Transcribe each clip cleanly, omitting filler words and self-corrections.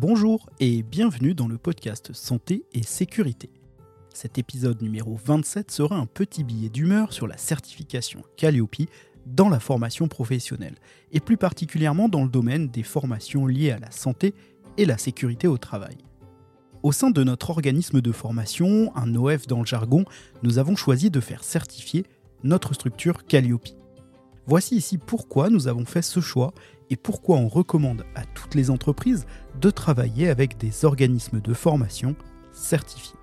Bonjour et bienvenue dans le podcast Santé et Sécurité. Cet épisode numéro 27 sera un petit billet d'humeur sur la certification Calliope dans la formation professionnelle, et plus particulièrement dans le domaine des formations liées à la santé et la sécurité au travail. Au sein de notre organisme de formation, un OF dans le jargon, nous avons choisi de faire certifier notre structure Calliope. Voici ici pourquoi nous avons fait ce choix et pourquoi on recommande à toutes les entreprises de travailler avec des organismes de formation certifiés.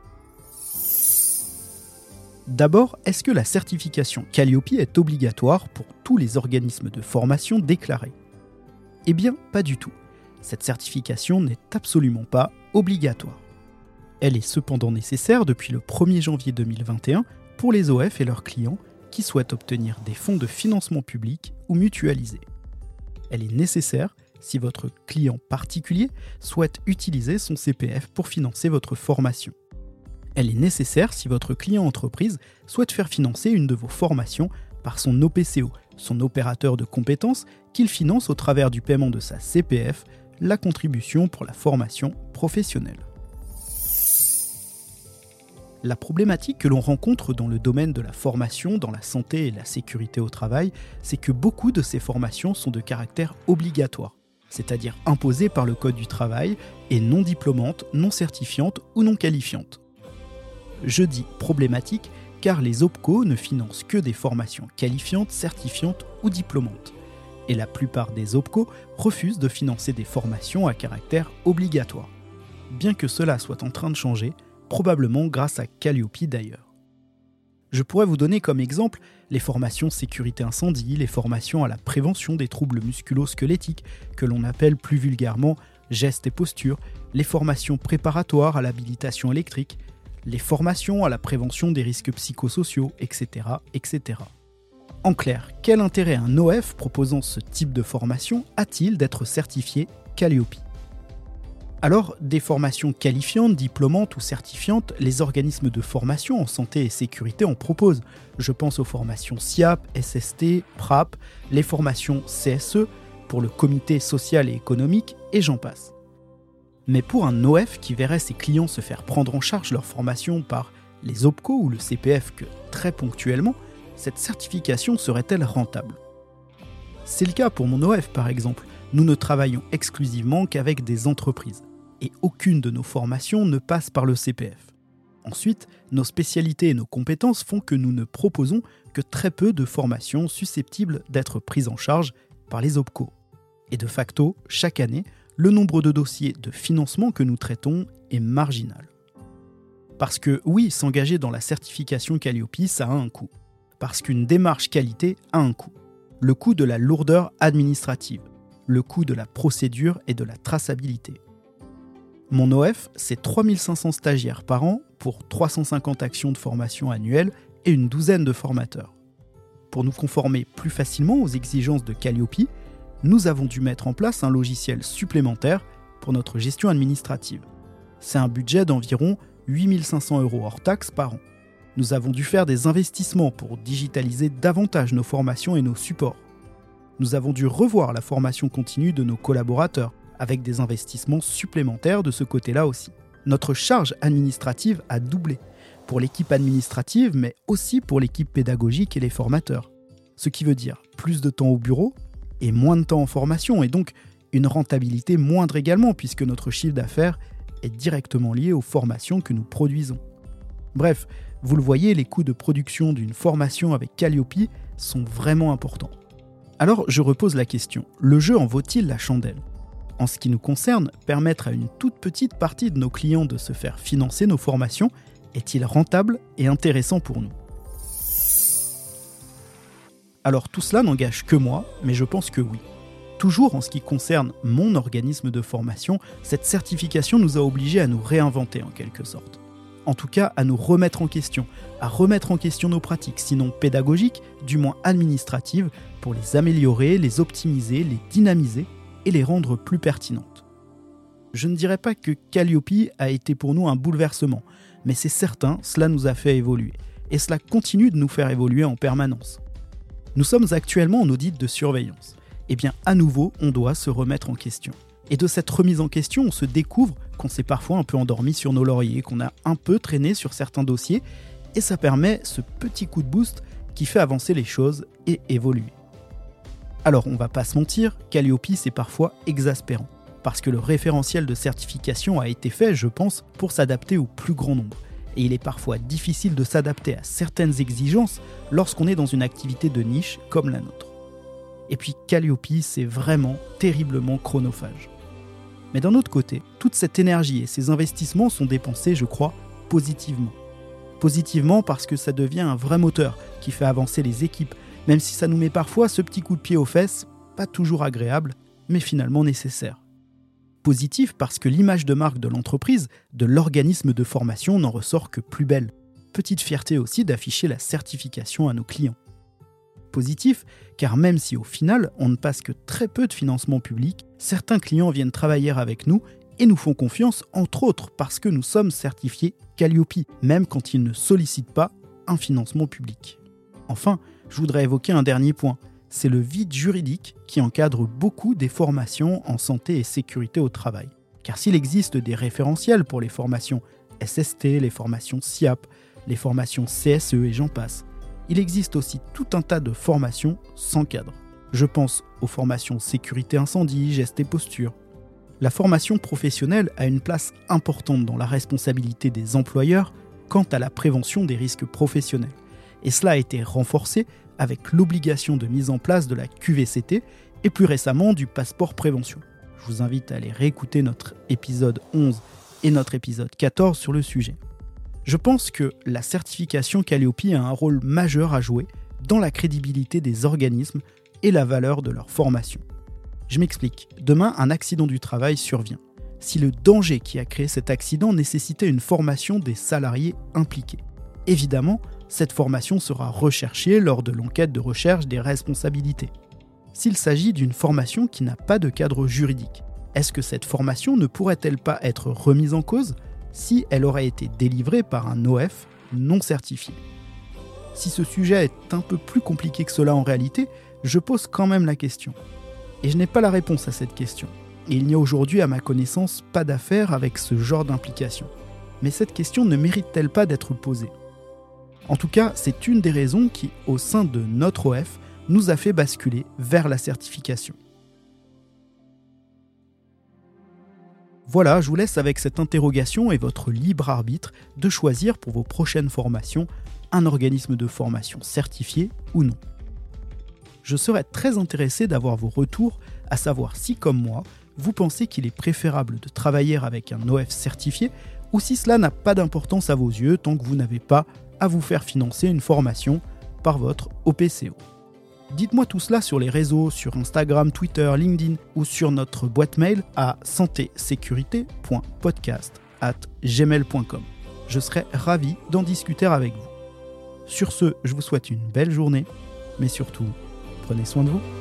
D'abord, est-ce que la certification Calliope est obligatoire pour tous les organismes de formation déclarés ? Eh bien, pas du tout. Cette certification n'est absolument pas obligatoire. Elle est cependant nécessaire depuis le 1er janvier 2021 pour les OF et leurs clients qui souhaitent obtenir des fonds de financement public ou mutualisés. Elle est nécessaire si votre client particulier souhaite utiliser son CPF pour financer votre formation. Elle est nécessaire si votre client entreprise souhaite faire financer une de vos formations par son OPCO, son opérateur de compétences, qu'il finance au travers du paiement de sa CPF, la contribution pour la formation professionnelle. La problématique que l'on rencontre dans le domaine de la formation, dans la santé et la sécurité au travail, c'est que beaucoup de ces formations sont de caractère obligatoire, c'est-à-dire imposées par le Code du travail et non diplômantes, non certifiantes ou non qualifiantes. Je dis problématique car les OPCO ne financent que des formations qualifiantes, certifiantes ou diplômantes. Et la plupart des OPCO refusent de financer des formations à caractère obligatoire. Bien que cela soit en train de changer, probablement grâce à Calliope d'ailleurs. Je pourrais vous donner comme exemple les formations sécurité incendie, les formations à la prévention des troubles musculo-squelettiques, que l'on appelle plus vulgairement gestes et postures, les formations préparatoires à l'habilitation électrique, les formations à la prévention des risques psychosociaux, etc., etc. En clair, quel intérêt un OF proposant ce type de formation a-t-il d'être certifié Calliope ? Alors, des formations qualifiantes, diplômantes ou certifiantes, les organismes de formation en santé et sécurité en proposent. Je pense aux formations SIAP, SST, PRAP, les formations CSE pour le comité social et économique, et j'en passe. Mais pour un OF qui verrait ses clients se faire prendre en charge leur formation par les OPCO ou le CPF que très ponctuellement, cette certification serait-elle rentable ? C'est le cas pour mon OF par exemple. Nous ne travaillons exclusivement qu'avec des entreprises. Et aucune de nos formations ne passe par le CPF. Ensuite, nos spécialités et nos compétences font que nous ne proposons que très peu de formations susceptibles d'être prises en charge par les OPCO. Et de facto, chaque année, le nombre de dossiers de financement que nous traitons est marginal. Parce que oui, s'engager dans la certification Calliope, ça a un coût. Parce qu'une démarche qualité a un coût. Le coût de la lourdeur administrative, le coût de la procédure et de la traçabilité. Mon OF, c'est 3500 stagiaires par an pour 350 actions de formation annuelles et une douzaine de formateurs. Pour nous conformer plus facilement aux exigences de Calliope, nous avons dû mettre en place un logiciel supplémentaire pour notre gestion administrative. C'est un budget d'environ 8500 € hors taxes par an. Nous avons dû faire des investissements pour digitaliser davantage nos formations et nos supports. Nous avons dû revoir la formation continue de nos collaborateurs, avec des investissements supplémentaires de ce côté-là aussi. Notre charge administrative a doublé, pour l'équipe administrative, mais aussi pour l'équipe pédagogique et les formateurs. Ce qui veut dire plus de temps au bureau et moins de temps en formation, et donc une rentabilité moindre également, puisque notre chiffre d'affaires est directement lié aux formations que nous produisons. Bref, vous le voyez, les coûts de production d'une formation avec Calliope sont vraiment importants. Alors je repose la question, le jeu en vaut-il la chandelle ? En ce qui nous concerne, permettre à une toute petite partie de nos clients de se faire financer nos formations est-il rentable et intéressant pour nous ? Alors tout cela n'engage que moi, mais je pense que oui. Toujours en ce qui concerne mon organisme de formation, cette certification nous a obligés à nous réinventer en quelque sorte. En tout cas, à nous remettre en question, à remettre en question nos pratiques, sinon pédagogiques, du moins administratives, pour les améliorer, les optimiser, les dynamiser et les rendre plus pertinentes. Je ne dirais pas que Calliope a été pour nous un bouleversement, mais c'est certain, cela nous a fait évoluer, et cela continue de nous faire évoluer en permanence. Nous sommes actuellement en audit de surveillance. Eh bien, à nouveau, on doit se remettre en question. Et de cette remise en question, on se découvre qu'on s'est parfois un peu endormi sur nos lauriers, qu'on a un peu traîné sur certains dossiers, et ça permet ce petit coup de boost qui fait avancer les choses et évoluer. Alors on va pas se mentir, Calliope c'est parfois exaspérant, parce que le référentiel de certification a été fait, je pense, pour s'adapter au plus grand nombre. Et il est parfois difficile de s'adapter à certaines exigences lorsqu'on est dans une activité de niche comme la nôtre. Et puis Calliope, c'est vraiment terriblement chronophage. Mais d'un autre côté, toute cette énergie et ces investissements sont dépensés, je crois, positivement. Positivement parce que ça devient un vrai moteur qui fait avancer les équipes, même si ça nous met parfois ce petit coup de pied aux fesses, pas toujours agréable, mais finalement nécessaire. Positif parce que l'image de marque de l'entreprise, de l'organisme de formation n'en ressort que plus belle. Petite fierté aussi d'afficher la certification à nos clients. Positif car même si au final on ne passe que très peu de financement public, certains clients viennent travailler avec nous et nous font confiance entre autres parce que nous sommes certifiés Calliope, même quand ils ne sollicitent pas un financement public. Enfin, je voudrais évoquer un dernier point. C'est le vide juridique qui encadre beaucoup des formations en santé et sécurité au travail. Car s'il existe des référentiels pour les formations SST, les formations SIAP, les formations CSE et j'en passe, il existe aussi tout un tas de formations sans cadre. Je pense aux formations sécurité incendie, gestes et posture. La formation professionnelle a une place importante dans la responsabilité des employeurs quant à la prévention des risques professionnels. Et cela a été renforcé avec l'obligation de mise en place de la QVCT et plus récemment du passeport prévention. Je vous invite à aller réécouter notre épisode 11 et notre épisode 14 sur le sujet. Je pense que la certification Calliope a un rôle majeur à jouer dans la crédibilité des organismes et la valeur de leur formation. Je m'explique. Demain, un accident du travail survient. Si le danger qui a créé cet accident nécessitait une formation des salariés impliqués, évidemment, cette formation sera recherchée lors de l'enquête de recherche des responsabilités. S'il s'agit d'une formation qui n'a pas de cadre juridique, est-ce que cette formation ne pourrait-elle pas être remise en cause si elle aurait été délivrée par un OF non certifié ? Si ce sujet est un peu plus compliqué que cela en réalité, je pose quand même la question. Et je n'ai pas la réponse à cette question. Et il n'y a aujourd'hui, à ma connaissance, pas d'affaire avec ce genre d'implication. Mais cette question ne mérite-t-elle pas d'être posée ? En tout cas, c'est une des raisons qui, au sein de notre OF, nous a fait basculer vers la certification. Voilà, je vous laisse avec cette interrogation et votre libre arbitre de choisir pour vos prochaines formations un organisme de formation certifié ou non. Je serais très intéressé d'avoir vos retours, à savoir si, comme moi, vous pensez qu'il est préférable de travailler avec un OF certifié ou si cela n'a pas d'importance à vos yeux tant que vous n'avez pas à vous faire financer une formation par votre OPCO. Dites-moi tout cela sur les réseaux, sur Instagram, Twitter, LinkedIn ou sur notre boîte mail à santésécurité.podcast@gmail.com. Je serai ravi d'en discuter avec vous. Sur ce, je vous souhaite une belle journée, mais surtout, prenez soin de vous.